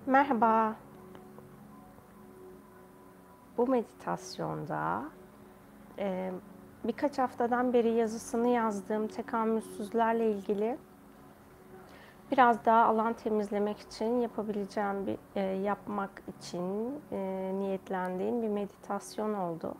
Merhaba. Bu meditasyonda e, birkaç haftadan beri yazısını yazdığım tekamülsüzlerle ilgili biraz daha alan temizlemek için yapabileceğim yapmak için niyetlendiğim bir meditasyon oldu.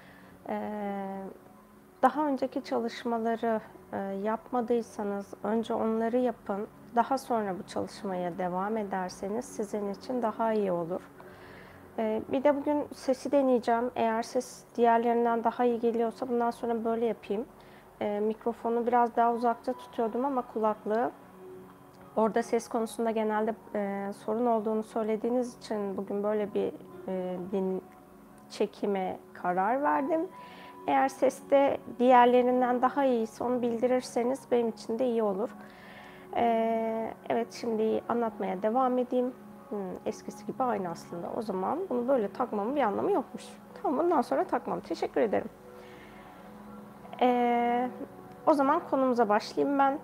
Daha önceki çalışmaları yapmadıysanız önce onları yapın. Daha sonra bu çalışmaya devam ederseniz sizin için daha iyi olur. Bir de bugün sesi deneyeceğim. Eğer ses diğerlerinden daha iyi geliyorsa bundan sonra böyle yapayım. Mikrofonu biraz daha uzakta tutuyordum ama kulaklığı orada ses konusunda genelde sorun olduğunu söylediğiniz için bugün böyle bir çekime karar verdim. Eğer ses de diğerlerinden daha iyiyse onu bildirirseniz benim için de iyi olur. Evet, şimdi anlatmaya devam edeyim. Eskisi gibi aynı aslında. O zaman bunu böyle takmamın bir anlamı yokmuş. Tamam, bundan sonra takmam. Teşekkür ederim. O zaman konumuza başlayayım ben.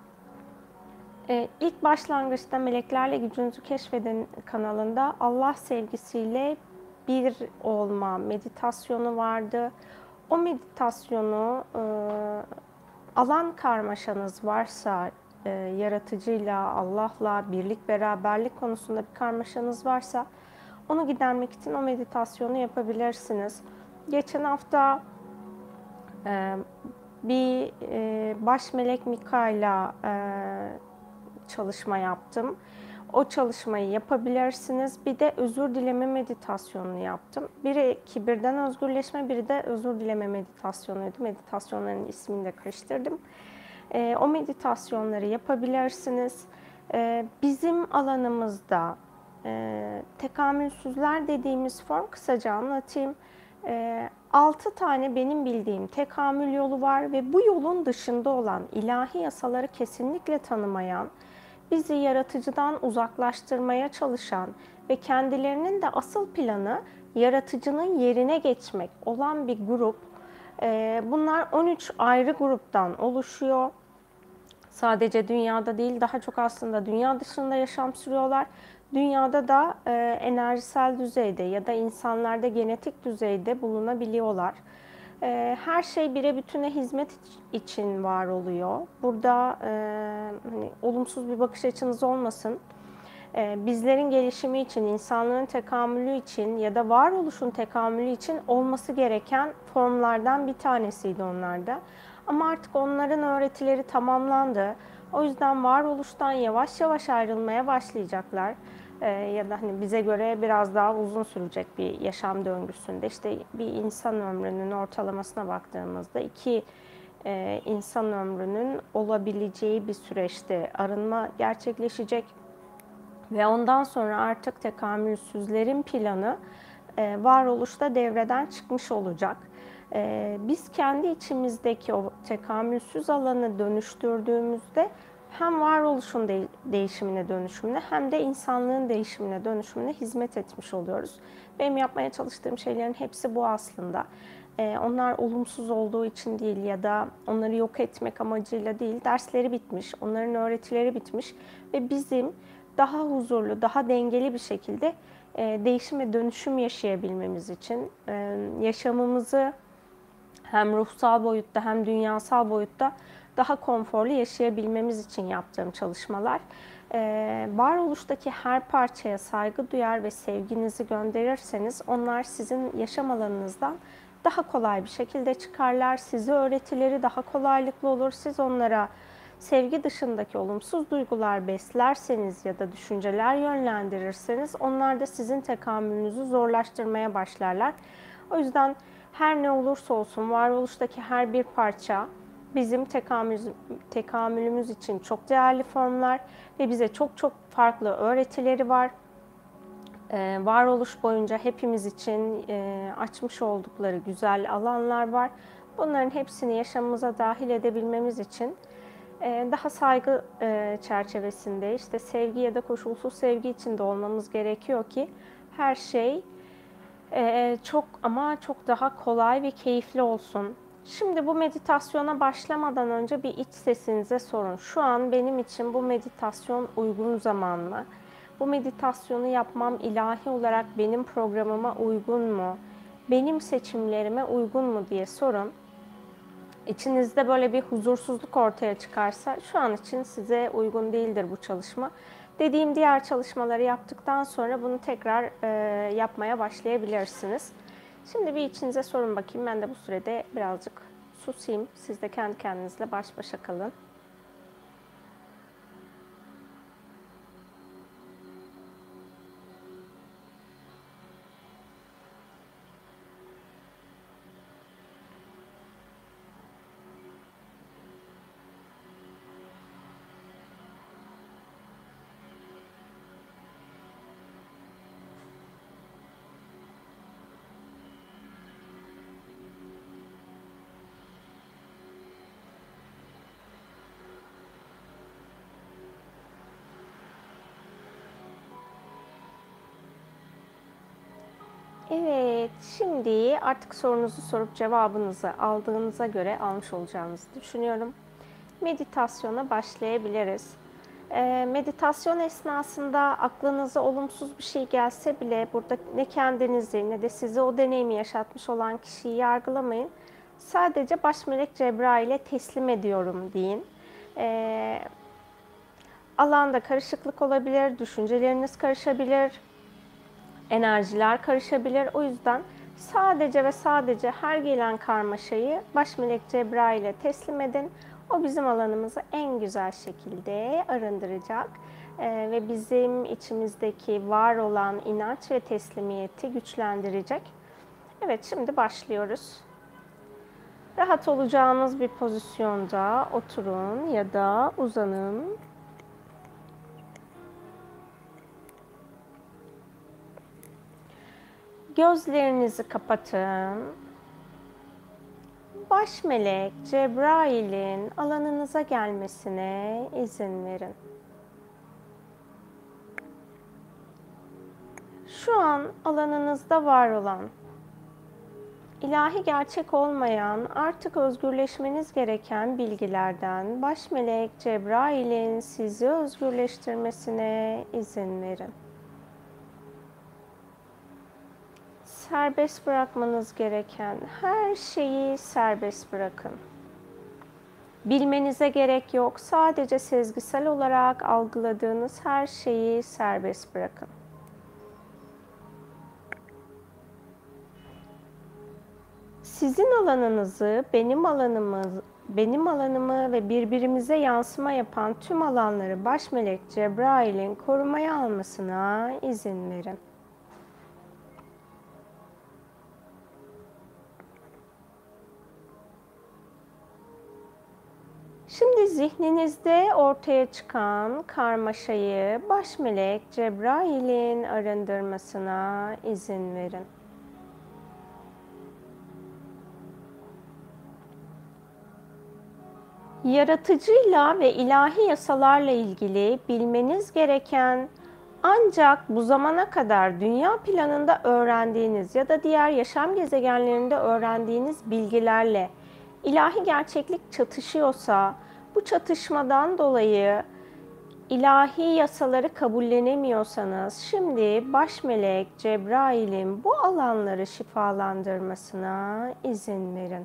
İlk başlangıçta Meleklerle Gücünüzü Keşfedin kanalında Allah sevgisiyle bir olma meditasyonu vardı. O meditasyonu alan karmaşanız varsa, yaratıcıyla, Allah'la, birlik, beraberlik konusunda bir karmaşanız varsa onu gidermek için o meditasyonu yapabilirsiniz. Geçen hafta bir baş melek Mikail'la çalışma yaptım. O çalışmayı yapabilirsiniz. Bir de özür dileme meditasyonunu yaptım. Biri kibirden özgürleşme, biri de özür dileme meditasyonuydu. Meditasyonların ismini de karıştırdım. O meditasyonları yapabilirsiniz. Bizim alanımızda tekamülsüzler dediğimiz form, kısaca anlatayım. 6 tane benim bildiğim tekamül yolu var ve bu yolun dışında olan, ilahi yasaları kesinlikle tanımayan, bizi yaratıcıdan uzaklaştırmaya çalışan ve kendilerinin de asıl planı yaratıcının yerine geçmek olan bir grup. Bunlar 13 ayrı gruptan oluşuyor. Sadece dünyada değil, daha çok aslında dünya dışında yaşam sürüyorlar. Dünyada da enerjisel düzeyde ya da insanlarda genetik düzeyde bulunabiliyorlar. Her şey bire bütüne hizmet için var oluyor. Burada hani olumsuz bir bakış açınız olmasın. Bizlerin gelişimi için, insanlığın tekamülü için ya da varoluşun tekamülü için olması gereken formlardan bir tanesiydi onlarda. Ama artık onların öğretileri tamamlandı. O yüzden varoluştan yavaş yavaş ayrılmaya başlayacaklar. Ya da hani bize göre biraz daha uzun sürecek bir yaşam döngüsünde. İşte bir insan ömrünün ortalamasına baktığımızda insan ömrünün olabileceği bir süreçte arınma gerçekleşecek. Ve ondan sonra artık tekamülsüzlerin planı varoluşta devreden çıkmış olacak. Biz kendi içimizdeki o tekamülsüz alanı dönüştürdüğümüzde hem varoluşun değişimine, dönüşümüne hem de insanlığın değişimine, dönüşümüne hizmet etmiş oluyoruz. Benim yapmaya çalıştığım şeylerin hepsi bu aslında. Onlar olumsuz olduğu için değil ya da onları yok etmek amacıyla değil, dersleri bitmiş, onların öğretileri bitmiş ve bizim daha huzurlu, daha dengeli bir şekilde değişim ve dönüşüm yaşayabilmemiz için yaşamımızı hem ruhsal boyutta hem dünyasal boyutta daha konforlu yaşayabilmemiz için yaptığım çalışmalar. Varoluştaki her parçaya saygı duyar ve sevginizi gönderirseniz onlar sizin yaşam alanınızdan daha kolay bir şekilde çıkarlar. Size öğretileri daha kolaylıkla olur. Siz onlara sevgi dışındaki olumsuz duygular beslerseniz ya da düşünceler yönlendirirseniz onlar da sizin tekamülünüzü zorlaştırmaya başlarlar. O yüzden her ne olursa olsun varoluştaki her bir parça bizim tekamülümüz için çok değerli formlar ve bize çok çok farklı öğretileri var. Varoluş boyunca hepimiz için açmış oldukları güzel alanlar var. Bunların hepsini yaşamımıza dahil edebilmemiz için daha saygı çerçevesinde, işte sevgi ya da koşulsuz sevgi içinde olmamız gerekiyor ki her şey çok ama çok daha kolay ve keyifli olsun. Şimdi bu meditasyona başlamadan önce bir iç sesinize sorun. Şu an benim için bu meditasyon uygun zaman mı? Bu meditasyonu yapmam ilahi olarak benim programıma uygun mu? Benim seçimlerime uygun mu diye sorun. İçinizde böyle bir huzursuzluk ortaya çıkarsa şu an için size uygun değildir bu çalışma. Dediğim diğer çalışmaları yaptıktan sonra bunu tekrar yapmaya başlayabilirsiniz. Şimdi bir içinize sorun bakayım. Ben de bu sürede birazcık susayım. Siz de kendi kendinizle baş başa kalın. Evet, şimdi artık sorunuzu sorup cevabınızı aldığınıza göre almış olacağınızı düşünüyorum. Meditasyona başlayabiliriz. Meditasyon esnasında aklınıza olumsuz bir şey gelse bile burada ne kendinizi ne de size o deneyimi yaşatmış olan kişiyi yargılamayın. Sadece baş melek Cebrail'e teslim ediyorum deyin. Alanda karışıklık olabilir, düşünceleriniz karışabilir, enerjiler karışabilir. O yüzden sadece ve sadece her gelen karmaşayı baş melek Cebrail'e teslim edin. O bizim alanımızı en güzel şekilde arındıracak ve bizim içimizdeki var olan inanç ve teslimiyeti güçlendirecek. Evet, şimdi başlıyoruz. Rahat olacağınız bir pozisyonda oturun ya da uzanın. Gözlerinizi kapatın. Baş melek Cebrail'in alanınıza gelmesine izin verin. Şu an alanınızda var olan, ilahi gerçek olmayan, artık özgürleşmeniz gereken bilgilerden baş melek Cebrail'in sizi özgürleştirmesine izin verin. Serbest bırakmanız gereken her şeyi serbest bırakın. Bilmenize gerek yok. Sadece sezgisel olarak algıladığınız her şeyi serbest bırakın. Sizin alanınızı, benim alanımı ve birbirimize yansıma yapan tüm alanları baş melek Cebrail'in korumaya almasına izin verin. Şimdi zihninizde ortaya çıkan karmaşayı baş melek Cebrail'in arındırmasına izin verin. Yaratıcıyla ve ilahi yasalarla ilgili bilmeniz gereken, ancak bu zamana kadar dünya planında öğrendiğiniz ya da diğer yaşam gezegenlerinde öğrendiğiniz bilgilerle ilahi gerçeklik çatışıyorsa, bu çatışmadan dolayı ilahi yasaları kabullenemiyorsanız, şimdi baş melek Cebrail'in bu alanları şifalandırmasına izin verin.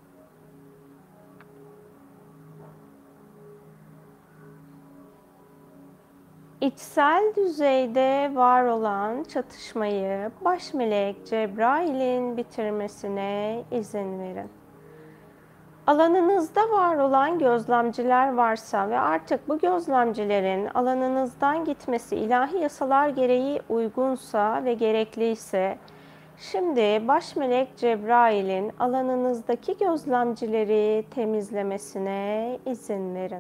İçsel düzeyde var olan çatışmayı baş melek Cebrail'in bitirmesine izin verin. Alanınızda var olan gözlemciler varsa ve artık bu gözlemcilerin alanınızdan gitmesi ilahi yasalar gereği uygunsa ve gerekliyse, şimdi baş melek Cebrail'in alanınızdaki gözlemcileri temizlemesine izin verin.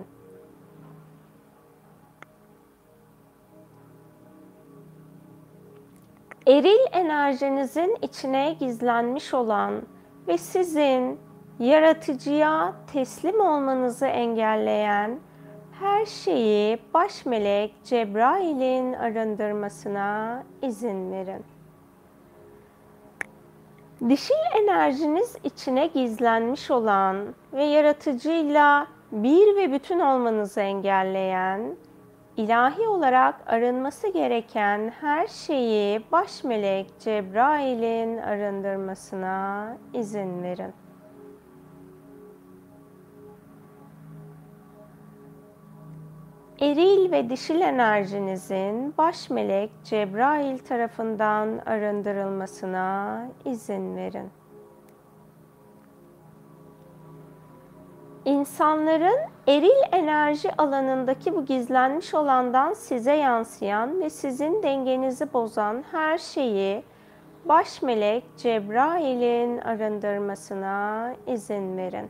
Eril enerjinizin içine gizlenmiş olan ve sizin yaratıcıya teslim olmanızı engelleyen her şeyi baş melek Cebrail'in arındırmasına izin verin. Dişil enerjiniz içine gizlenmiş olan ve yaratıcıyla bir ve bütün olmanızı engelleyen ilahi olarak arınması gereken her şeyi baş melek Cebrail'in arındırmasına izin verin. Eril ve dişil enerjinizin baş melek Cebrail tarafından arındırılmasına izin verin. İnsanların eril enerji alanındaki bu gizlenmiş olandan size yansıyan ve sizin dengenizi bozan her şeyi baş melek Cebrail'in arındırmasına izin verin.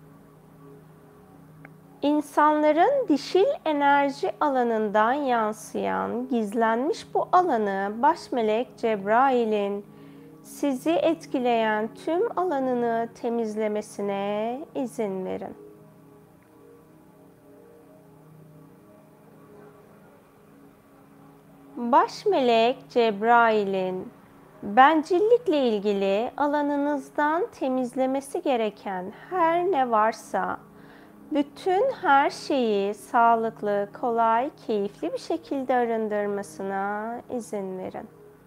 İnsanların dişil enerji alanından yansıyan, gizlenmiş bu alanı baş melek Cebrail'in sizi etkileyen tüm alanını temizlemesine izin verin. Baş melek Cebrail'in bencillikle ilgili alanınızdan temizlemesi gereken her ne varsa, bütün her şeyi sağlıklı, kolay, keyifli bir şekilde arındırmasına izin verin.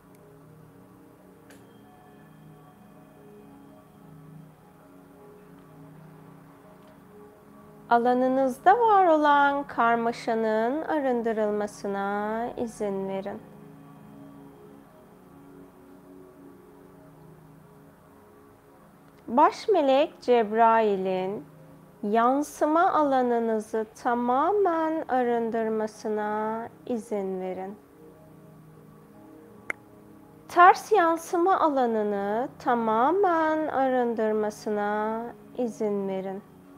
Alanınızda var olan karmaşanın arındırılmasına izin verin. Baş melek Cebrail'in yansıma alanınızı tamamen arındırmasına izin verin. Ters yansıma alanını tamamen arındırmasına izin verin.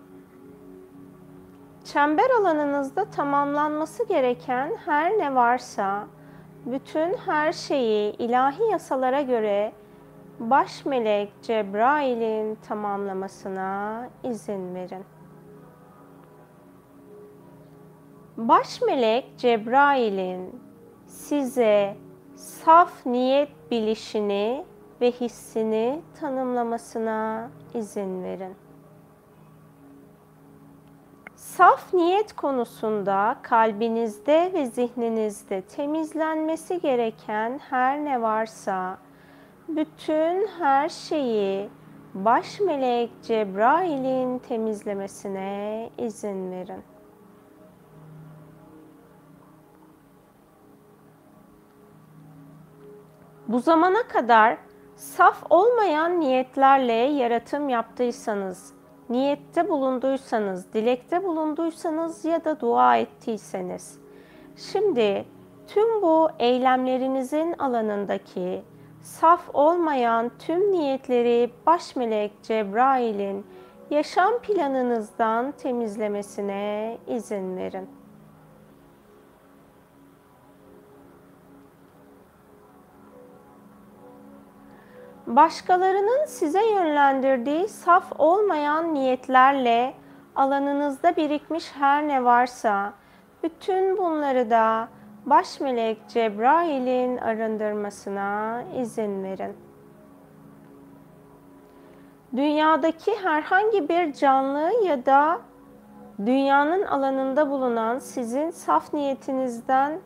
Çember alanınızda tamamlanması gereken her ne varsa, bütün her şeyi ilahi yasalara göre baş melek Cebrail'in tamamlamasına izin verin. Baş melek Cebrail'in size saf niyet bilişini ve hissini tanımlamasına izin verin. Saf niyet konusunda kalbinizde ve zihninizde temizlenmesi gereken her ne varsa, bütün her şeyi baş melek Cebrail'in temizlemesine izin verin. Bu zamana kadar saf olmayan niyetlerle yaratım yaptıysanız, niyette bulunduysanız, dilekte bulunduysanız ya da dua ettiyseniz, şimdi tüm bu eylemlerinizin alanındaki saf olmayan tüm niyetleri baş melek Cebrail'in yaşam planınızdan temizlemesine izin verin. Başkalarının size yönlendirdiği saf olmayan niyetlerle alanınızda birikmiş her ne varsa, bütün bunları da baş melek Cebrail'in arındırmasına izin verin. Dünyadaki herhangi bir canlı ya da dünyanın alanında bulunan sizin saf niyetinizden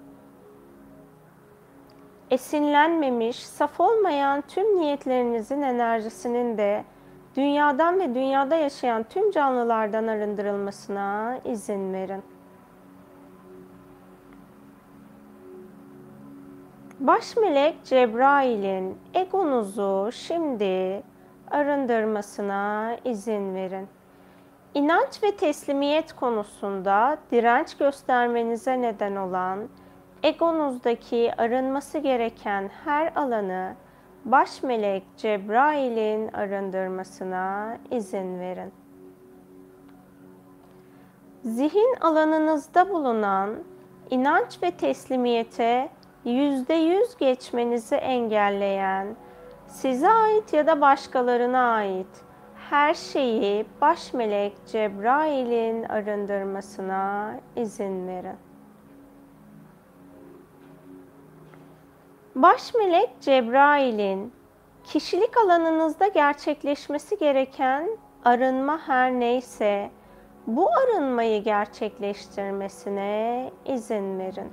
esinlenmemiş, saf olmayan tüm niyetlerinizin enerjisinin de dünyadan ve dünyada yaşayan tüm canlılardan arındırılmasına izin verin. Baş melek Cebrail'in egonuzu şimdi arındırmasına izin verin. İnanç ve teslimiyet konusunda direnç göstermenize neden olan egonuzdaki arınması gereken her alanı baş melek Cebrail'in arındırmasına izin verin. Zihin alanınızda bulunan inanç ve teslimiyete %100 geçmenizi engelleyen, size ait ya da başkalarına ait her şeyi baş melek Cebrail'in arındırmasına izin verin. Baş melek Cebrail'in kişilik alanınızda gerçekleşmesi gereken arınma her neyse, bu arınmayı gerçekleştirmesine izin verin.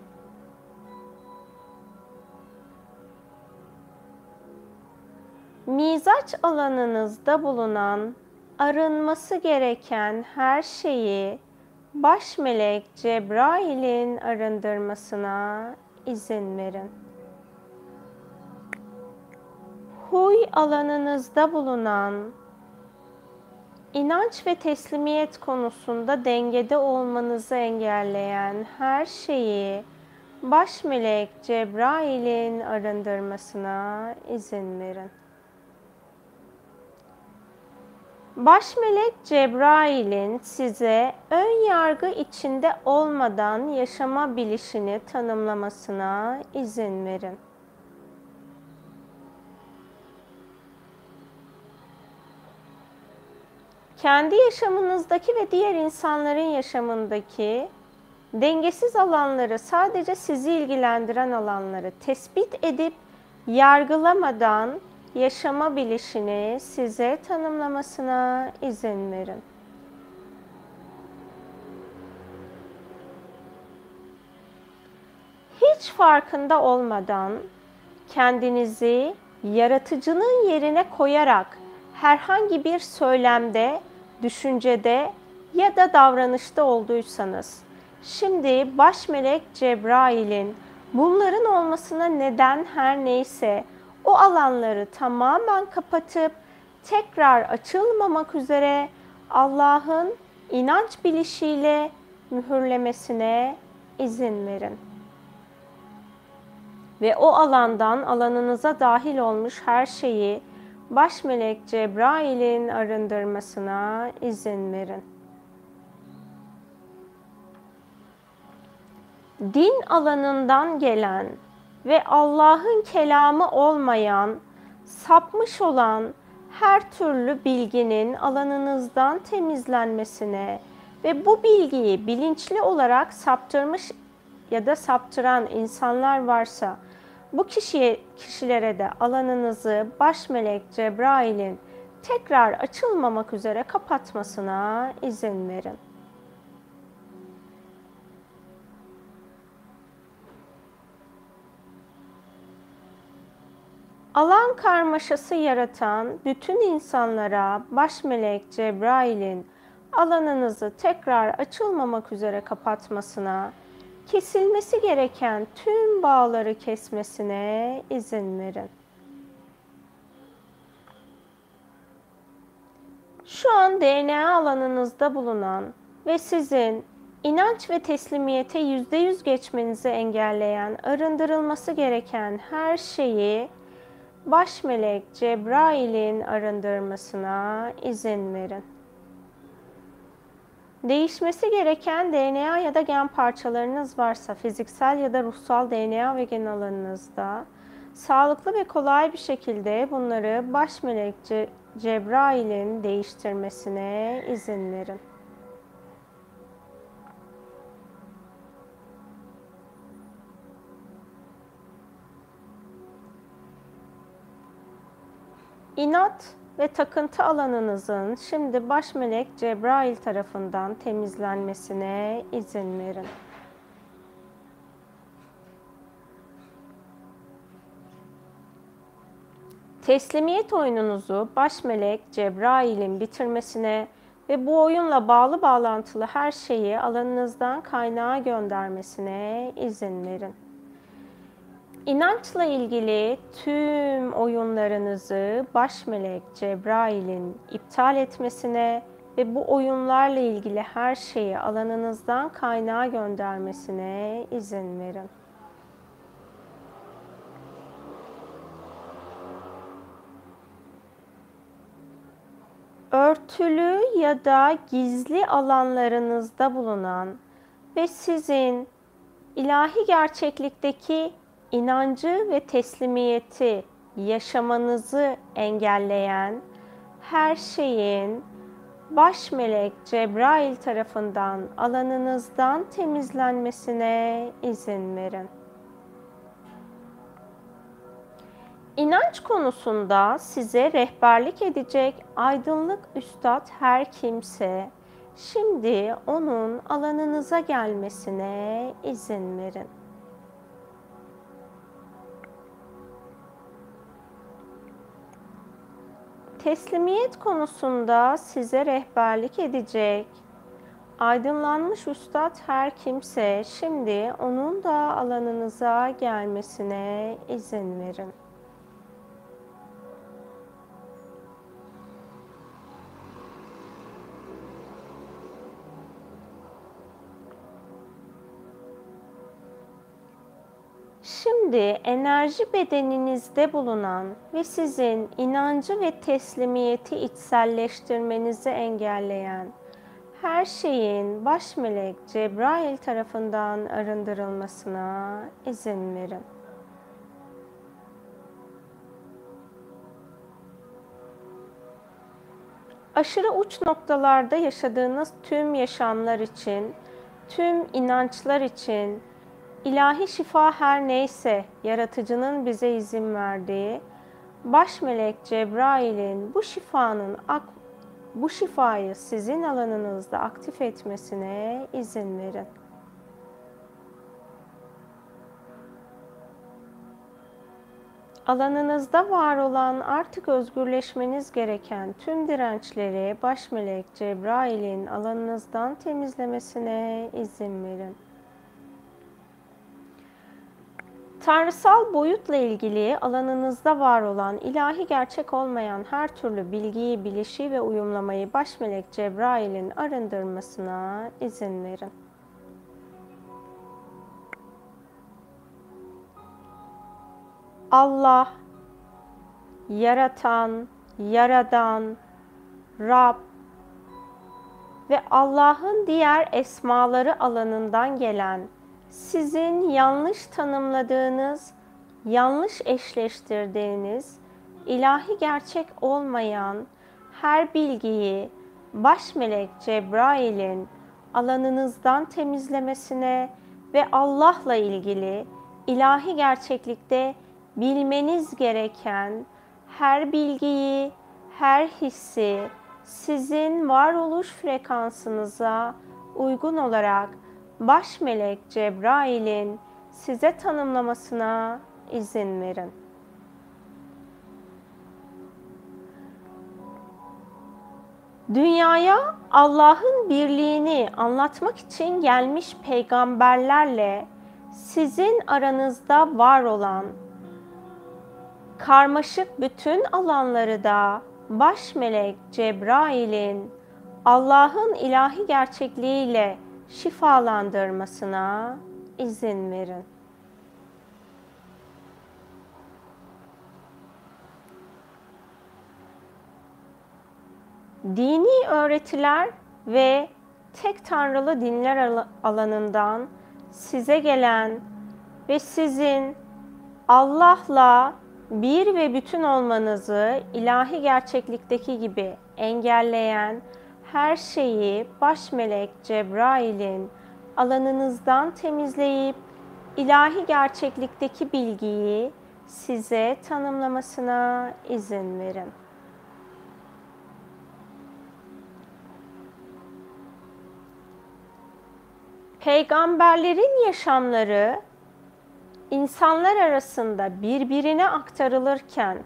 Mizaç alanınızda bulunan arınması gereken her şeyi baş melek Cebrail'in arındırmasına izin verin. Huy alanınızda bulunan inanç ve teslimiyet konusunda dengede olmanızı engelleyen her şeyi baş melek Cebrail'in arındırmasına izin verin. Baş melek Cebrail'in size ön yargı içinde olmadan yaşama bilişini tanımlamasına izin verin. Kendi yaşamınızdaki ve diğer insanların yaşamındaki dengesiz alanları, sadece sizi ilgilendiren alanları tespit edip yargılamadan yaşama bilişini size tanımlamasına izin verin. Hiç farkında olmadan kendinizi yaratıcının yerine koyarak herhangi bir söylemde, düşüncede ya da davranışta olduysanız, şimdi baş melek Cebrail'in bunların olmasına neden her neyse o alanları tamamen kapatıp tekrar açılmamak üzere Allah'ın inanç bilişiyle mühürlemesine izin verin. Ve o alandan alanınıza dahil olmuş her şeyi baş melek Cebrail'in arındırmasına izin verin. Din alanından gelen ve Allah'ın kelamı olmayan, sapmış olan her türlü bilginin alanınızdan temizlenmesine ve bu bilgiyi bilinçli olarak saptırmış ya da saptıran insanlar varsa, bu kişilere de alanınızı baş melek Cebrail'in tekrar açılmamak üzere kapatmasına izin verin. Alan karmaşası yaratan bütün insanlara baş melek Cebrail'in alanınızı tekrar açılmamak üzere kapatmasına, kesilmesi gereken tüm bağları kesmesine izin verin. Şu an DNA alanınızda bulunan ve sizin inanç ve teslimiyete %100 geçmenizi engelleyen, arındırılması gereken her şeyi baş melek Cebrail'in arındırmasına izin verin. Değişmesi gereken DNA ya da gen parçalarınız varsa, fiziksel ya da ruhsal DNA ve gen alanınızda, sağlıklı ve kolay bir şekilde bunları baş melek Cebrail'in değiştirmesine izin verin. İnat ve takıntı alanınızın şimdi baş melek Cebrail tarafından temizlenmesine izin verin. Teslimiyet oyununuzu baş melek Cebrail'in bitirmesine ve bu oyunla bağlantılı her şeyi alanınızdan kaynağa göndermesine izin verin. İnançla ilgili tüm oyunlarınızı baş melek Cebrail'in iptal etmesine ve bu oyunlarla ilgili her şeyi alanınızdan kaynağa göndermesine izin verin. Örtülü ya da gizli alanlarınızda bulunan ve sizin ilahi gerçeklikteki inancı ve teslimiyeti yaşamanızı engelleyen her şeyin baş melek Cebrail tarafından alanınızdan temizlenmesine izin verin. İnanç konusunda size rehberlik edecek aydınlık üstad her kimse Şimdi onun alanınıza gelmesine izin verin. Teslimiyet konusunda size rehberlik edecek aydınlanmış üstad her kimse şimdi onun da alanınıza gelmesine izin verin. Şimdi enerji bedeninizde bulunan ve sizin inancı ve teslimiyeti içselleştirmenizi engelleyen her şeyin baş melek Cebrail tarafından arındırılmasına izin verin. Aşırı uç noktalarda yaşadığınız tüm yaşamlar için, tüm inançlar için, ilahi şifa her neyse, yaratıcının bize izin verdiği, baş melek Cebrail'in bu şifayı sizin alanınızda aktif etmesine izin verin. Alanınızda var olan artık özgürleşmeniz gereken tüm dirençleri baş melek Cebrail'in alanınızdan temizlemesine izin verin. Tanrısal boyutla ilgili alanınızda var olan ilahi gerçek olmayan her türlü bilgiyi, bilişi ve uyumlamayı baş melek Cebrail'in arındırmasına izin verin. Allah, yaratan, yaradan, Rab ve Allah'ın diğer esmaları alanından gelen, sizin yanlış tanımladığınız, yanlış eşleştirdiğiniz, ilahi gerçek olmayan her bilgiyi baş melek Cebrail'in alanınızdan temizlemesine ve Allah'la ilgili ilahi gerçeklikte bilmeniz gereken her bilgiyi, her hissi sizin varoluş frekansınıza uygun olarak baş melek Cebrail'in size tanımlamasına izin verin. Dünyaya Allah'ın birliğini anlatmak için gelmiş peygamberlerle sizin aranızda var olan karmaşık bütün alanları da baş melek Cebrail'in Allah'ın ilahi gerçekliğiyle şifalandırmasına izin verin. Dini öğretiler ve tek tanrılı dinler alanından size gelen ve sizin Allah'la bir ve bütün olmanızı ilahi gerçeklikteki gibi engelleyen her şeyi baş melek Cebrail'in alanınızdan temizleyip ilahi gerçeklikteki bilgiyi size tanımlamasına izin verin. Peygamberlerin yaşamları insanlar arasında birbirine aktarılırken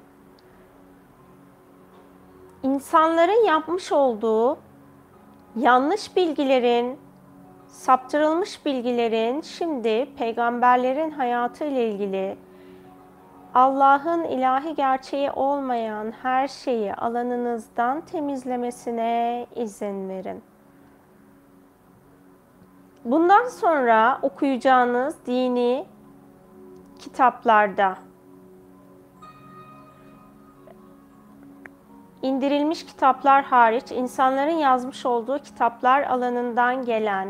insanların yapmış olduğu yanlış bilgilerin, saptırılmış bilgilerin şimdi peygamberlerin hayatı ile ilgili Allah'ın ilahi gerçeği olmayan her şeyi alanınızdan temizlemesine izin verin. Bundan sonra okuyacağınız dini kitaplarda indirilmiş kitaplar hariç insanların yazmış olduğu kitaplar alanından gelen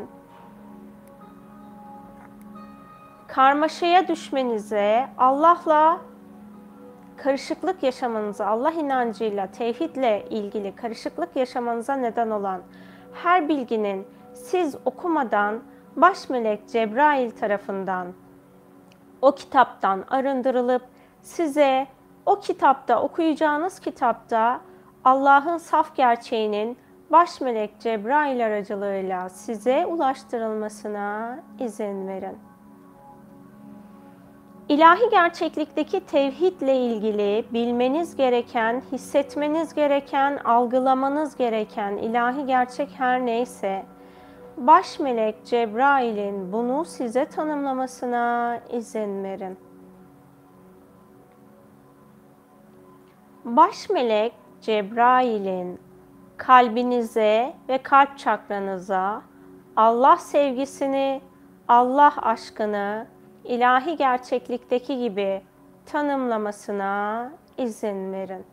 karmaşaya düşmenize, Allah'la karışıklık yaşamanıza, Allah inancıyla, tevhidle ilgili karışıklık yaşamanıza neden olan her bilginin siz okumadan baş melek Cebrail tarafından o kitaptan arındırılıp size o kitapta, okuyacağınız kitapta Allah'ın saf gerçeğinin baş melek Cebrail aracılığıyla size ulaştırılmasına izin verin. İlahi gerçeklikteki tevhidle ilgili bilmeniz gereken, hissetmeniz gereken, algılamanız gereken ilahi gerçek her neyse, baş melek Cebrail'in bunu size tanımlamasına izin verin. Baş melek Cebrail'in kalbinize ve kalp çakranıza Allah sevgisini, Allah aşkını ilahi gerçeklikteki gibi tanımlamasına izin verin.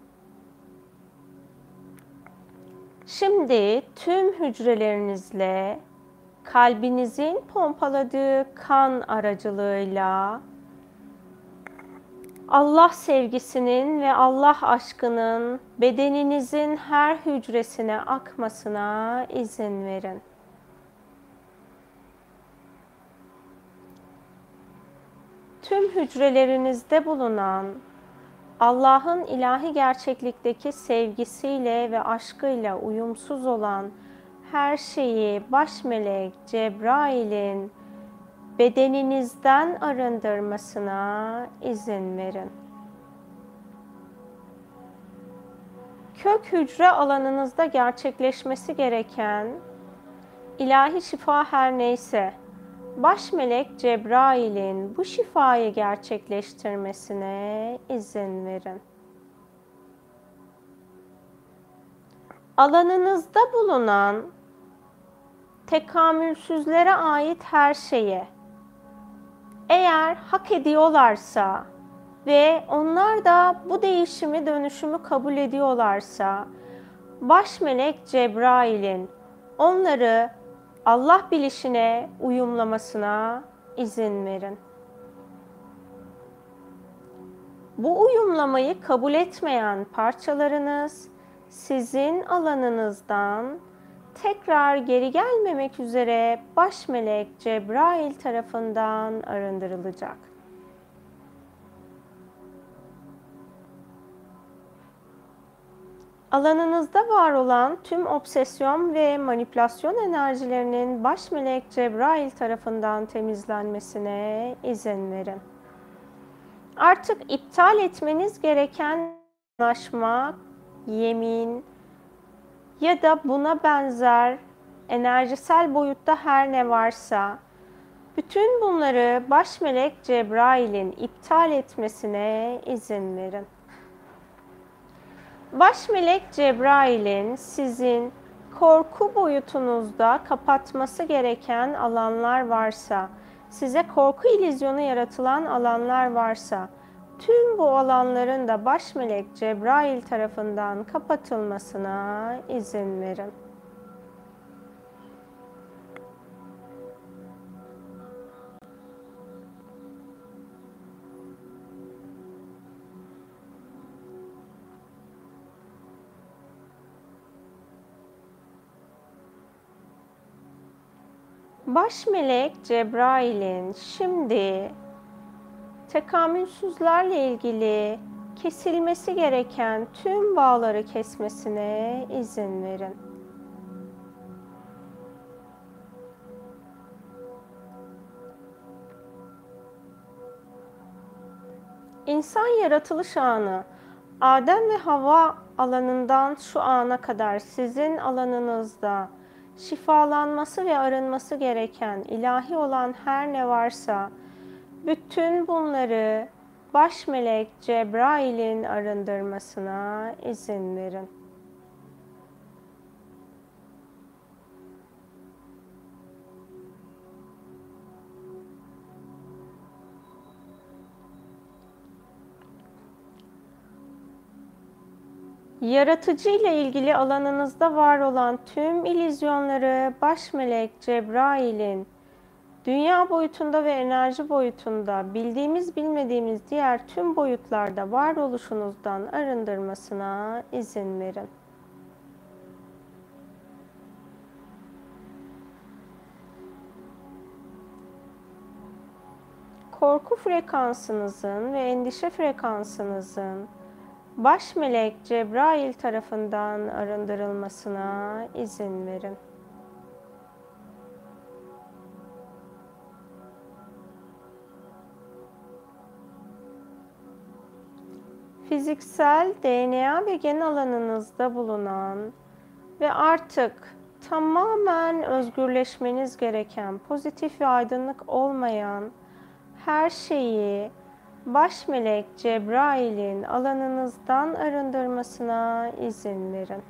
Şimdi tüm hücrelerinizle kalbinizin pompaladığı kan aracılığıyla Allah sevgisinin ve Allah aşkının bedeninizin her hücresine akmasına izin verin. Tüm hücrelerinizde bulunan Allah'ın ilahi gerçeklikteki sevgisiyle ve aşkıyla uyumsuz olan her şeyi baş melek Cebrail'in bedeninizden arındırmasına izin verin. Kök hücre alanınızda gerçekleşmesi gereken ilahi şifa her neyse, baş melek Cebrail'in bu şifayı gerçekleştirmesine izin verin. Alanınızda bulunan tekamülsüzlere ait her şeye, eğer hak ediyorlarsa ve onlar da bu değişimi, dönüşümü kabul ediyorlarsa, baş melek Cebrail'in onları Allah bilişine uyumlamasına izin verin. Bu uyumlamayı kabul etmeyen parçalarınız sizin alanınızdan tekrar geri gelmemek üzere baş melek Cebrail tarafından arındırılacak. Alanınızda var olan tüm obsesyon ve manipülasyon enerjilerinin baş melek Cebrail tarafından temizlenmesine izin verin. Artık iptal etmeniz gereken anlaşma, yemin ya da buna benzer enerjisel boyutta her ne varsa, bütün bunları baş melek Cebrail'in iptal etmesine izin verin. Baş melek Cebrail'in sizin korku boyutunuzda kapatması gereken alanlar varsa, size korku illüzyonu yaratılan alanlar varsa, tüm bu alanların da baş melek Cebrail tarafından kapatılmasına izin verin. Baş melek Cebrail'in şimdi tekamülsüzlerle ilgili kesilmesi gereken tüm bağları kesmesine izin verin. İnsan yaratılış anı, Adem ve Havva alanından şu ana kadar sizin alanınızda şifalanması ve arınması gereken ilahi olan her ne varsa, bütün bunları baş melek Cebrail'in arındırmasına izin verin. Yaratıcı ile ilgili alanınızda var olan tüm illüzyonları baş melek Cebrail'in dünya boyutunda ve enerji boyutunda bildiğimiz bilmediğimiz diğer tüm boyutlarda varoluşunuzdan arındırmasına izin verin. Korku frekansınızın ve endişe frekansınızın baş melek Cebrail tarafından arındırılmasına izin verin. Fiziksel, DNA ve gen alanınızda bulunan ve artık tamamen özgürleşmeniz gereken, pozitif ve aydınlık olmayan her şeyi baş melek Cebrail'in alanınızdan arındırmasına izin verin.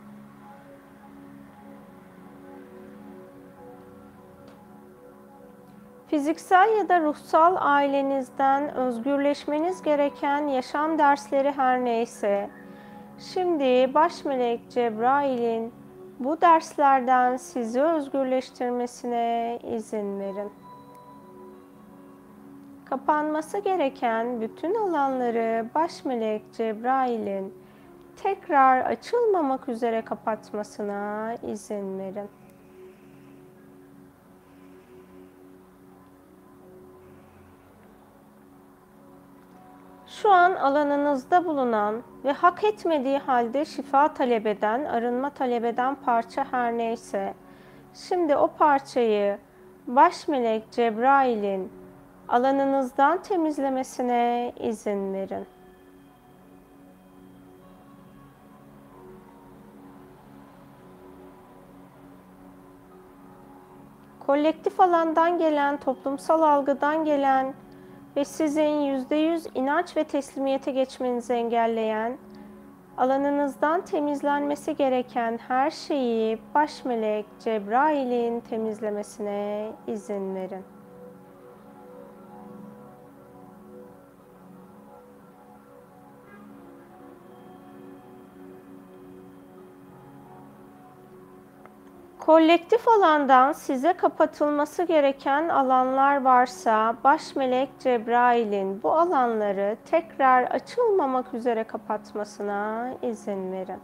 Fiziksel ya da ruhsal ailenizden özgürleşmeniz gereken yaşam dersleri her neyse, şimdi baş melek Cebrail'in bu derslerden sizi özgürleştirmesine izin verin. Kapanması gereken bütün alanları baş melek Cebrail'in tekrar açılmamak üzere kapatmasına izin verin. Şu an alanınızda bulunan ve hak etmediği halde şifa talep eden, arınma talep eden parça her neyse, şimdi o parçayı baş melek Cebrail'in alanınızdan temizlemesine izin verin. Kolektif alandan gelen, toplumsal algıdan gelen ve sizin %100 inanç ve teslimiyete geçmenizi engelleyen, alanınızdan temizlenmesi gereken her şeyi baş melek Cebrail'in temizlemesine izin verin. Kolektif alandan size kapatılması gereken alanlar varsa baş melek Cebrail'in bu alanları tekrar açılmamak üzere kapatmasına izin verin.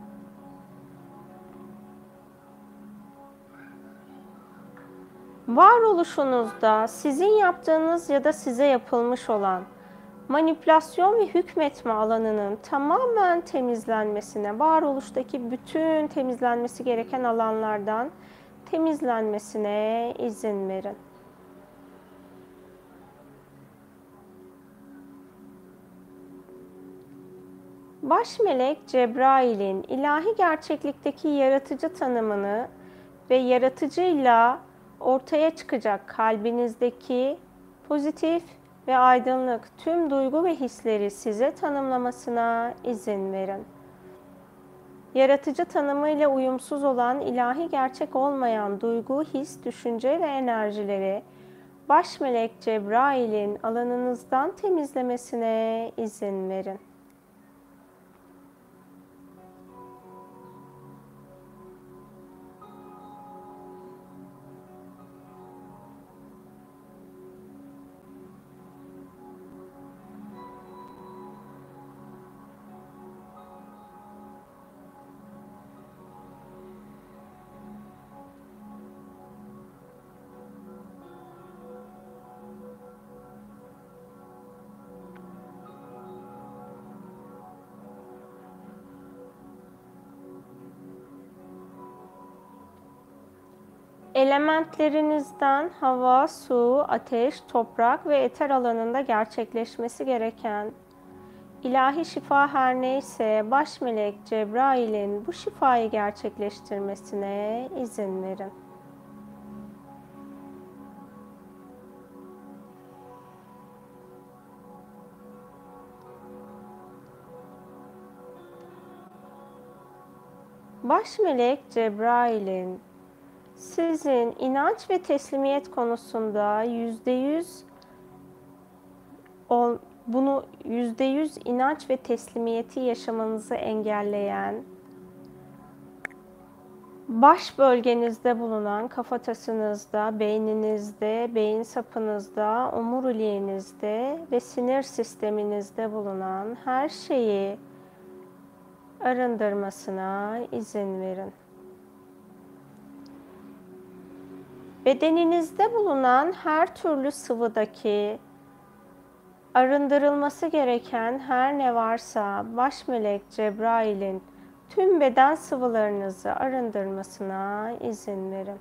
Varoluşunuzda sizin yaptığınız ya da size yapılmış olan manipülasyon ve hükmetme alanının tamamen temizlenmesine, varoluştaki bütün temizlenmesi gereken alanlardan temizlenmesine izin verin. Baş melek Cebrail'in ilahi gerçeklikteki yaratıcı tanımını ve yaratıcıyla ortaya çıkacak kalbinizdeki pozitif ve aydınlık tüm duygu ve hisleri size tanımlamasına izin verin. Yaratıcı tanımıyla uyumsuz olan, ilahi gerçek olmayan duygu, his, düşünce ve enerjileri baş melek Cebrail'in alanınızdan temizlemesine izin verin. Elementlerinizden hava, su, ateş, toprak ve eter alanında gerçekleşmesi gereken ilahi şifa her neyse baş melek Cebrail'in bu şifayı gerçekleştirmesine izin verin. Baş melek Cebrail'in sizin inanç ve teslimiyet konusunda %100 inanç ve teslimiyeti yaşamanızı engelleyen, baş bölgenizde bulunan kafatasınızda, beyninizde, beyin sapınızda, omuriliğinizde ve sinir sisteminizde bulunan her şeyi arındırmasına izin verin. Bedeninizde bulunan her türlü sıvıdaki arındırılması gereken her ne varsa baş melek Cebrail'in tüm beden sıvılarınızı arındırmasına izin verin.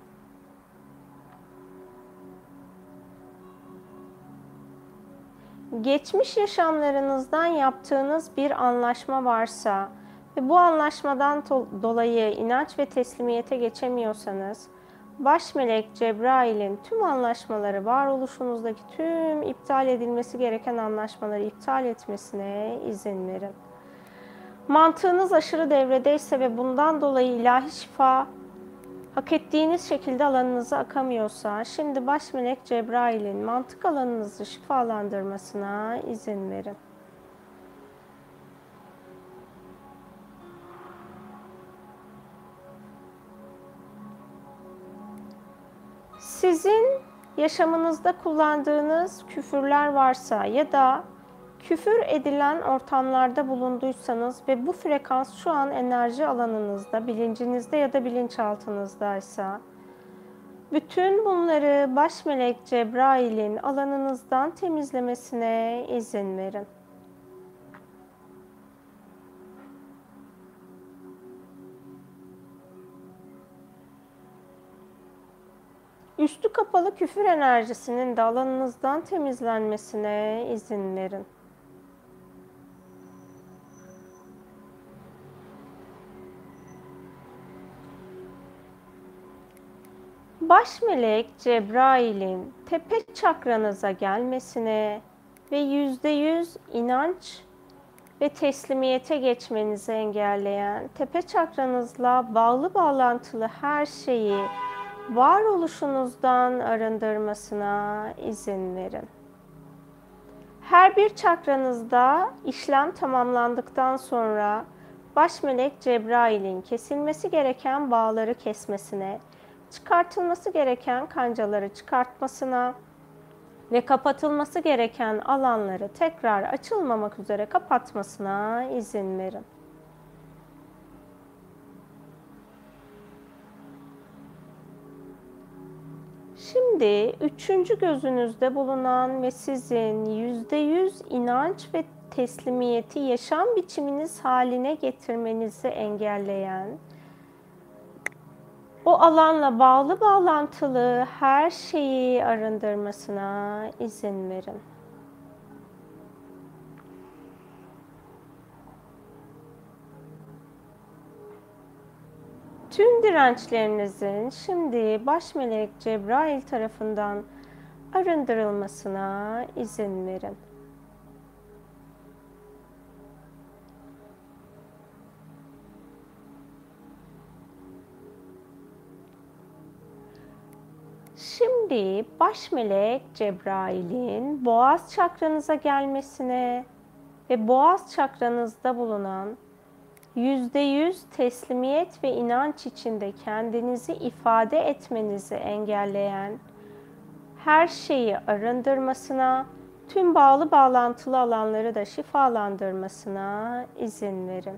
Geçmiş yaşamlarınızdan yaptığınız bir anlaşma varsa ve bu anlaşmadan dolayı inanç ve teslimiyete geçemiyorsanız, baş melek Cebrail'in tüm anlaşmaları, varoluşunuzdaki tüm iptal edilmesi gereken anlaşmaları iptal etmesine izin verin. Mantığınız aşırı devredeyse ve bundan dolayı ilahi şifa hak ettiğiniz şekilde alanınıza akamıyorsa, şimdi baş melek Cebrail'in mantık alanınızı şifalandırmasına izin verin. Sizin yaşamınızda kullandığınız küfürler varsa ya da küfür edilen ortamlarda bulunduysanız ve bu frekans şu an enerji alanınızda, bilincinizde ya da bilinçaltınızdaysa, bütün bunları baş melek Cebrail'in alanınızdan temizlemesine izin verin. Üstü kapalı küfür enerjisinin de alanınızdan temizlenmesine izin verin. Baş melek Cebrail'in tepe çakranıza gelmesine ve %100 inanç ve teslimiyete geçmenizi engelleyen, tepe çakranızla bağlantılı her şeyi varoluşunuzdan arındırmasına izin verin. Her bir çakranızda işlem tamamlandıktan sonra baş melek Cebrail'in kesilmesi gereken bağları kesmesine, çıkartılması gereken kancaları çıkartmasına ve kapatılması gereken alanları tekrar açılmamak üzere kapatmasına izin verin. Şimdi üçüncü gözünüzde bulunan ve sizin %100 inanç ve teslimiyeti yaşam biçiminiz haline getirmenizi engelleyen, o alanla bağlantılı her şeyi arındırmasına izin verin. Tüm dirençlerinizin şimdi baş melek Cebrail tarafından arındırılmasına izin verin. Şimdi baş melek Cebrail'in boğaz çakranıza gelmesine ve boğaz çakranızda bulunan %100 teslimiyet ve inanç içinde kendinizi ifade etmenizi engelleyen her şeyi arındırmasına, tüm bağlantılı alanları da şifalandırmasına izin verin.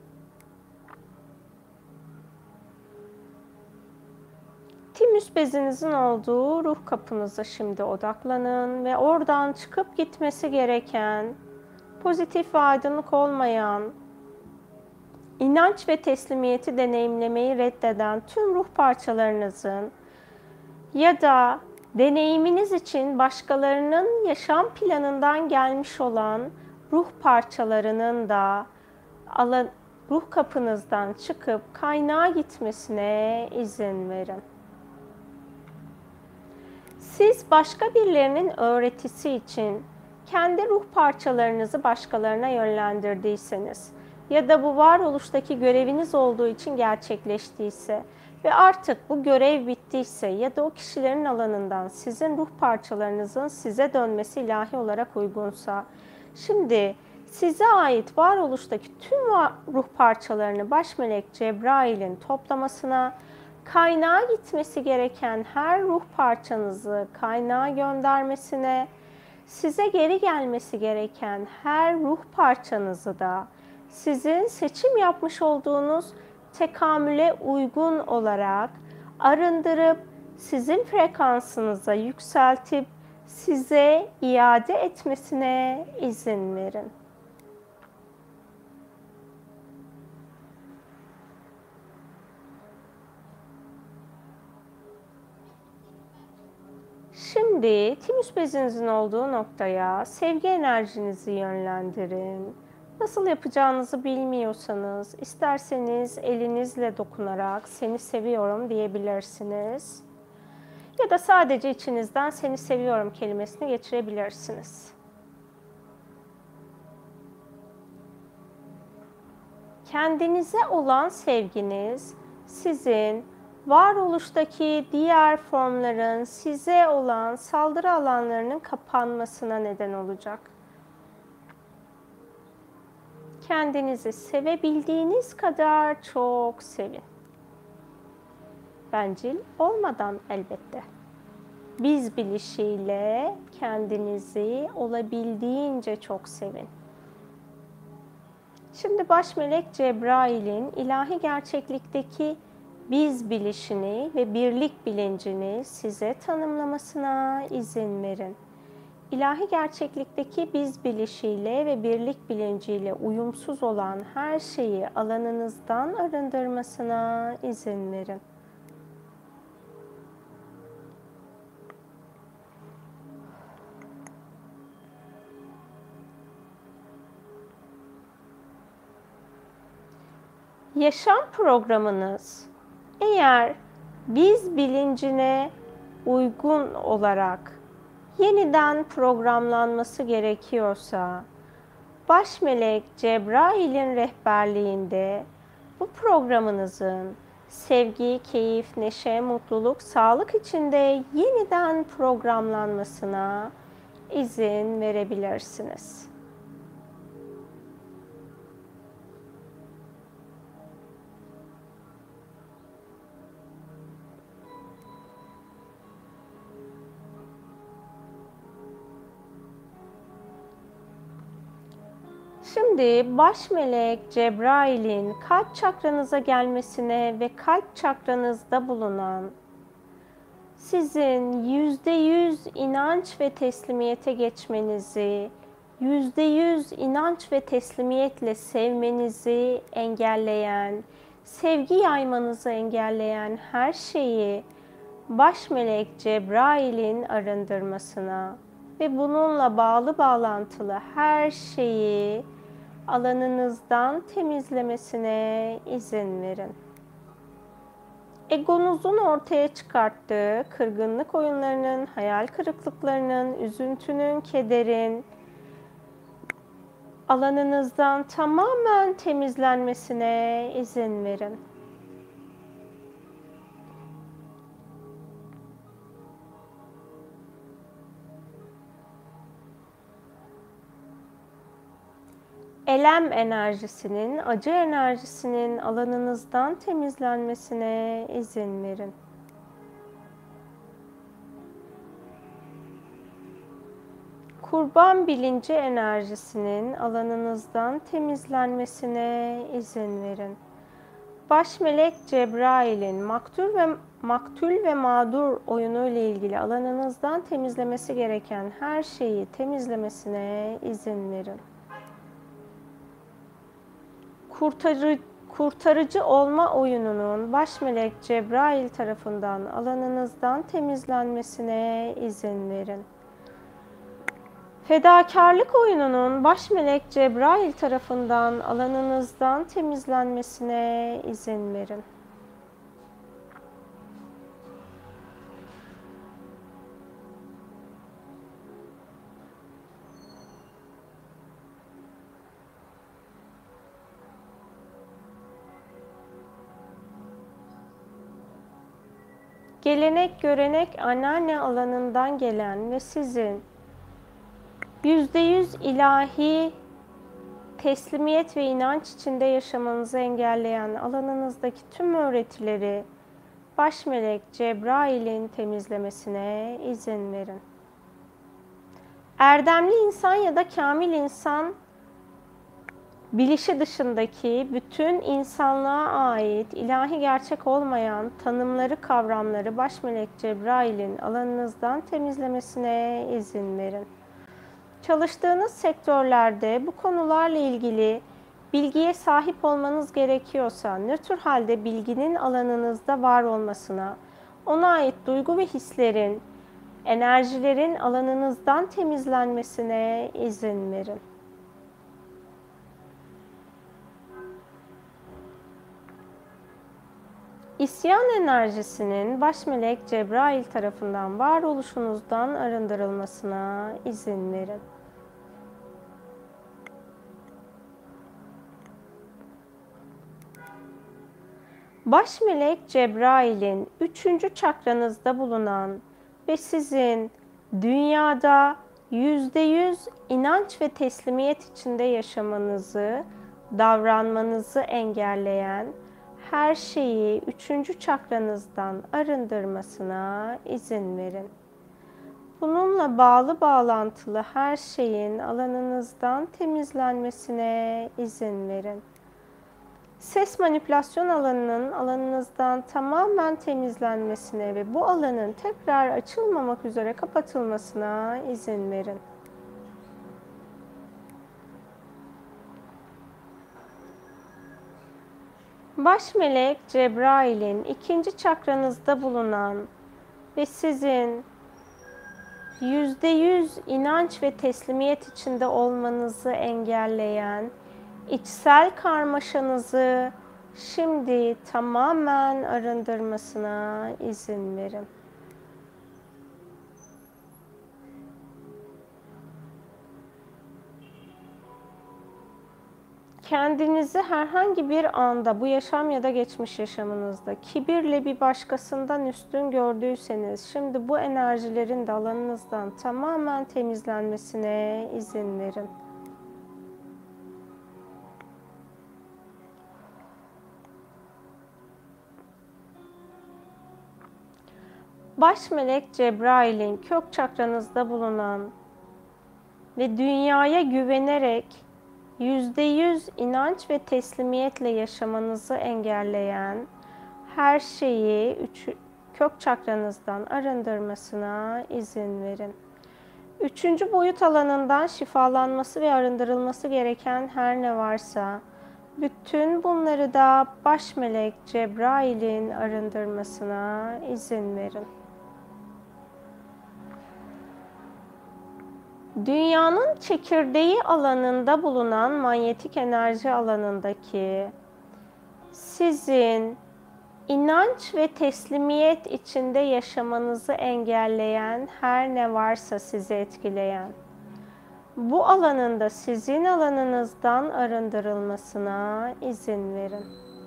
Timüs bezinizin olduğu ruh kapınıza şimdi odaklanın ve oradan çıkıp gitmesi gereken, pozitif ve aydınlık olmayan, İnanç ve teslimiyeti deneyimlemeyi reddeden tüm ruh parçalarınızın ya da deneyiminiz için başkalarının yaşam planından gelmiş olan ruh parçalarının da ruh kapınızdan çıkıp kaynağa gitmesine izin verin. Siz başka birilerinin öğretisi için kendi ruh parçalarınızı başkalarına yönlendirdiyseniz ya da bu varoluştaki göreviniz olduğu için gerçekleştiyse ve artık bu görev bittiyse ya da o kişilerin alanından sizin ruh parçalarınızın size dönmesi ilahi olarak uygunsa, şimdi size ait varoluştaki tüm ruh parçalarını baş melek Cebrail'in toplamasına, kaynağa gitmesi gereken her ruh parçanızı kaynağa göndermesine, size geri gelmesi gereken her ruh parçanızı da sizin seçim yapmış olduğunuz tekamüle uygun olarak arındırıp sizin frekansınıza yükseltip size iade etmesine izin verin. Şimdi timüs bezinizin olduğu noktaya sevgi enerjinizi yönlendirin. Nasıl yapacağınızı bilmiyorsanız, isterseniz elinizle dokunarak seni seviyorum diyebilirsiniz. Ya da sadece içinizden seni seviyorum kelimesini geçirebilirsiniz. Kendinize olan sevginiz sizin varoluştaki diğer formların size olan saldırı alanlarının kapanmasına neden olacak. Kendinizi sevebildiğiniz kadar çok sevin. Bencil olmadan elbette. Biz bilişiyle kendinizi olabildiğince çok sevin. Şimdi baş melek Cebrail'in ilahi gerçeklikteki biz bilişini ve birlik bilincini size tanımlamasına izin verin. İlahi gerçeklikteki biz bilişiyle ve birlik bilinciyle uyumsuz olan her şeyi alanınızdan arındırmasına izin verin. Yaşam programınız eğer biz bilincine uygun olarak yeniden programlanması gerekiyorsa, baş melek Cebrail'in rehberliğinde bu programınızın sevgi, keyif, neşe, mutluluk, sağlık içinde yeniden programlanmasına izin verebilirsiniz. Şimdi baş melek Cebrail'in kalp çakranıza gelmesine ve kalp çakranızda bulunan sizin %100 inanç ve teslimiyete geçmenizi, %100 inanç ve teslimiyetle sevmenizi engelleyen, sevgi yaymanızı engelleyen her şeyi baş melek Cebrail'in arındırmasına ve bununla bağlantılı her şeyi alanınızdan temizlemesine izin verin. Egonuzun ortaya çıkarttığı kırgınlık oyunlarının, hayal kırıklıklarının, üzüntünün, kederin alanınızdan tamamen temizlenmesine izin verin. Elem enerjisinin, acı enerjisinin alanınızdan temizlenmesine izin verin. Kurban bilinci enerjisinin alanınızdan temizlenmesine izin verin. Baş melek Cebrail'in maktul ve mağdur oyunu ile ilgili alanınızdan temizlemesi gereken her şeyi temizlemesine izin verin. Kurtarıcı olma oyununun baş melek Cebrail tarafından alanınızdan temizlenmesine izin verin. Fedakarlık oyununun baş melek Cebrail tarafından alanınızdan temizlenmesine izin verin. Gelenek, görenek, anneanne alanından gelen ve sizin %100 ilahi teslimiyet ve inanç içinde yaşamanızı engelleyen alanınızdaki tüm öğretileri baş melek Cebrail'in temizlemesine izin verin. Erdemli insan ya da kamil insan bilişi dışındaki bütün insanlığa ait ilahi gerçek olmayan tanımları, kavramları baş melek Cebrail'in alanınızdan temizlemesine izin verin. Çalıştığınız sektörlerde bu konularla ilgili bilgiye sahip olmanız gerekiyorsa, nötr halde bilginin alanınızda var olmasına, ona ait duygu ve hislerin, enerjilerin alanınızdan temizlenmesine izin verin. İsyan enerjisinin baş melek Cebrail tarafından varoluşunuzdan arındırılmasına izin verin. Baş melek Cebrail'in 3. çakranızda bulunan ve sizin dünyada %100 inanç ve teslimiyet içinde yaşamanızı, davranmanızı engelleyen her şeyi 3. çakranızdan arındırmasına izin verin. Bununla bağlantılı her şeyin alanınızdan temizlenmesine izin verin. Ses manipülasyon alanının alanınızdan tamamen temizlenmesine ve bu alanın tekrar açılmamak üzere kapatılmasına izin verin. Baş melek Cebrail'in 2. çakranızda bulunan ve sizin %100 inanç ve teslimiyet içinde olmanızı engelleyen içsel karmaşanızı şimdi tamamen arındırmasına izin verin. Kendinizi herhangi bir anda bu yaşam ya da geçmiş yaşamınızda kibirle bir başkasından üstün gördüyseniz şimdi bu enerjilerin de alanınızdan tamamen temizlenmesine izin verin. Baş melek Cebrail'in kök çakranızda bulunan ve dünyaya güvenerek %100 inanç ve teslimiyetle yaşamanızı engelleyen her şeyi kök çakranızdan arındırmasına izin verin. 3. boyut alanından şifalanması ve arındırılması gereken her ne varsa bütün bunları da baş melek Cebrail'in arındırmasına izin verin. Dünyanın çekirdeği alanında bulunan manyetik enerji alanındaki sizin inanç ve teslimiyet içinde yaşamanızı engelleyen her ne varsa sizi etkileyen, bu alanın da sizin alanınızdan arındırılmasına izin verin.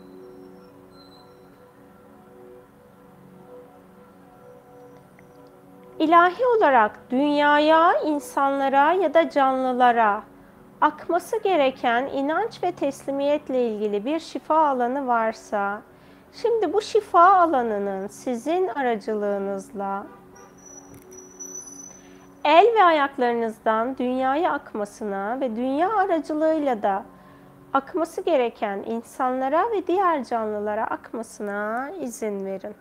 İlahi olarak dünyaya, insanlara ya da canlılara akması gereken inanç ve teslimiyetle ilgili bir şifa alanı varsa, şimdi bu şifa alanının sizin aracılığınızla el ve ayaklarınızdan dünyaya akmasına ve dünya aracılığıyla da akması gereken insanlara ve diğer canlılara akmasına izin verin.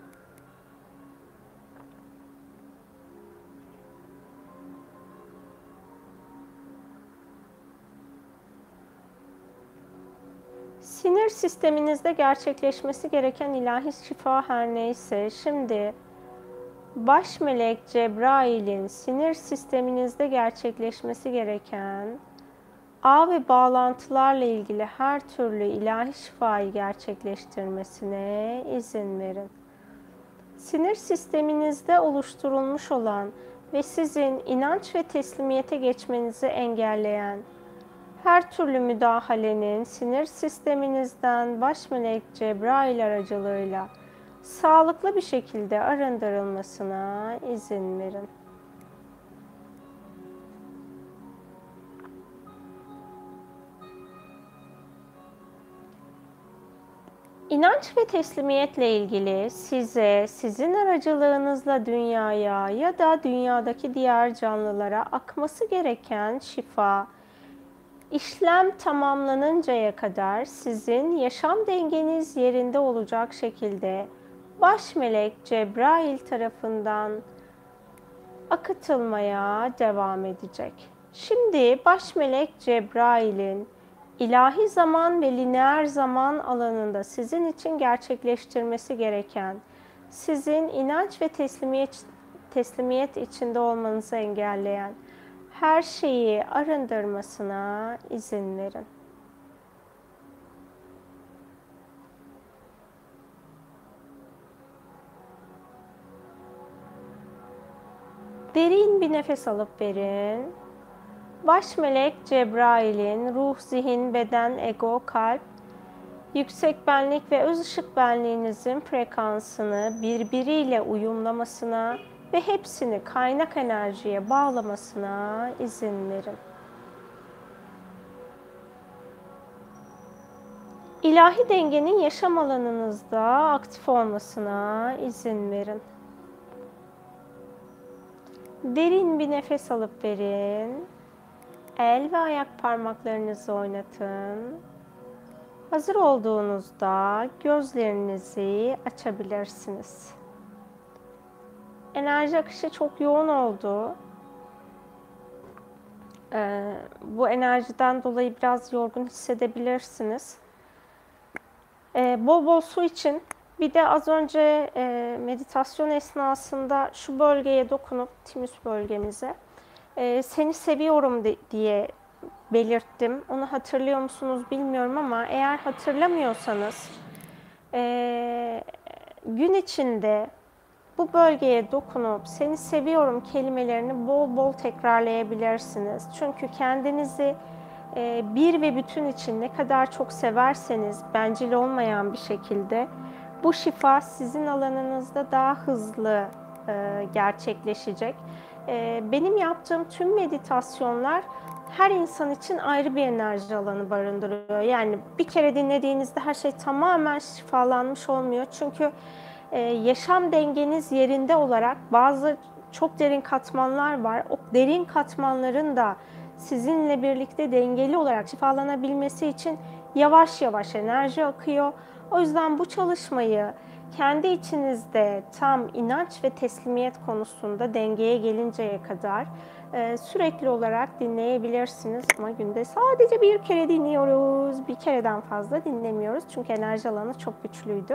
Sinir sisteminizde gerçekleşmesi gereken ilahi şifa her neyse, şimdi baş melek Cebrail'in sinir sisteminizde gerçekleşmesi gereken ağ ve bağlantılarla ilgili her türlü ilahi şifayı gerçekleştirmesine izin verin. Sinir sisteminizde oluşturulmuş olan ve sizin inanç ve teslimiyete geçmenizi engelleyen her türlü müdahalenin sinir sisteminizden baş melek Cebrail aracılığıyla sağlıklı bir şekilde arındırılmasına izin verin. İnanç ve teslimiyetle ilgili size, sizin aracılığınızla dünyaya ya da dünyadaki diğer canlılara akması gereken şifa, İşlem tamamlanıncaya kadar sizin yaşam dengeniz yerinde olacak şekilde baş melek Cebrail tarafından akıtılmaya devam edecek. Şimdi baş melek Cebrail'in ilahi zaman ve lineer zaman alanında sizin için gerçekleştirmesi gereken, sizin inanç ve teslimiyet içinde olmanızı engelleyen her şeyi arındırmasına izin verin. Derin bir nefes alıp verin. Baş melek Cebrail'in ruh, zihin, beden, ego, kalp, yüksek benlik ve öz ışık benliğinizin frekansını birbiriyle uyumlamasına ve hepsini kaynak enerjiye bağlamasına izin verin. İlahi dengenin yaşam alanınızda aktif olmasına izin verin. Derin bir nefes alıp verin. El ve ayak parmaklarınızı oynatın. Hazır olduğunuzda gözlerinizi açabilirsiniz. Enerji akışı çok yoğun oldu. Bu enerjiden dolayı biraz yorgun hissedebilirsiniz. Bol bol su için. Bir de az önce meditasyon esnasında şu bölgeye dokunup, timüs bölgemize, seni seviyorum diye belirttim. Onu hatırlıyor musunuz bilmiyorum ama eğer hatırlamıyorsanız gün içinde bu bölgeye dokunup seni seviyorum kelimelerini bol bol tekrarlayabilirsiniz. Çünkü kendinizi bir ve bütün için ne kadar çok severseniz bencil olmayan bir şekilde bu şifa sizin alanınızda daha hızlı gerçekleşecek. Benim yaptığım tüm meditasyonlar her insan için ayrı bir enerji alanı barındırıyor. Yani bir kere dinlediğinizde her şey tamamen şifalanmış olmuyor. Çünkü yaşam dengeniz yerinde olarak bazı çok derin katmanlar var. O derin katmanların da sizinle birlikte dengeli olarak şifalanabilmesi için yavaş yavaş enerji akıyor. O yüzden bu çalışmayı kendi içinizde tam inanç ve teslimiyet konusunda dengeye gelinceye kadar sürekli olarak dinleyebilirsiniz. Ama günde sadece bir kere dinliyoruz. Bir kereden fazla dinlemiyoruz. Çünkü enerji alanı çok güçlüydü.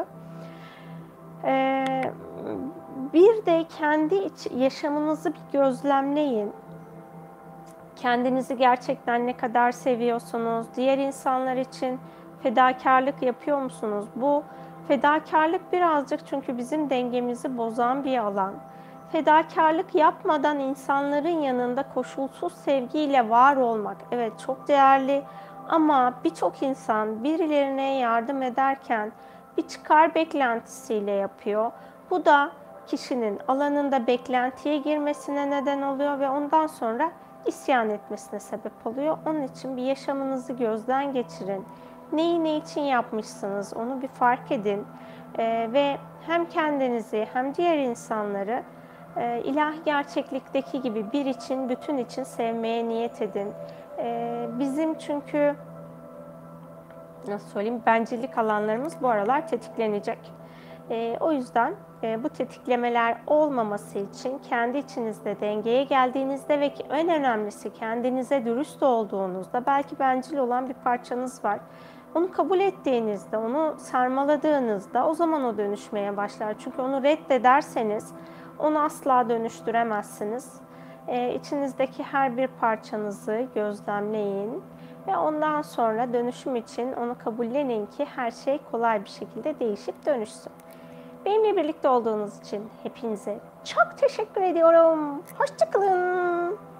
Bir de kendi yaşamınızı bir gözlemleyin. Kendinizi gerçekten ne kadar seviyorsunuz? Diğer insanlar için fedakarlık yapıyor musunuz? Bu fedakarlık birazcık çünkü bizim dengemizi bozan bir alan. Fedakarlık yapmadan insanların yanında koşulsuz sevgiyle var olmak, evet çok değerli ama birçok insan birilerine yardım ederken bir çıkar beklentisiyle yapıyor. Bu da kişinin alanında beklentiye girmesine neden oluyor ve ondan sonra isyan etmesine sebep oluyor. Onun için bir yaşamınızı gözden geçirin. Neyi ne için yapmışsınız onu bir fark edin. Ve hem kendinizi hem diğer insanları ilahi gerçeklikteki gibi bir için, bütün için sevmeye niyet edin. Bizim çünkü nasıl söyleyeyim, bencillik alanlarımız bu aralar tetiklenecek. O yüzden bu tetiklemeler olmaması için kendi içinizde dengeye geldiğinizde ve en önemlisi kendinize dürüst olduğunuzda belki bencil olan bir parçanız var. Onu kabul ettiğinizde, onu sarmaladığınızda o zaman o dönüşmeye başlar. Çünkü onu reddederseniz onu asla dönüştüremezsiniz. İçinizdeki her bir parçanızı gözlemleyin. Ve ondan sonra dönüşüm için onu kabullenin ki her şey kolay bir şekilde değişip dönüşsün. Benimle birlikte olduğunuz için hepinize çok teşekkür ediyorum. Hoşça kalın.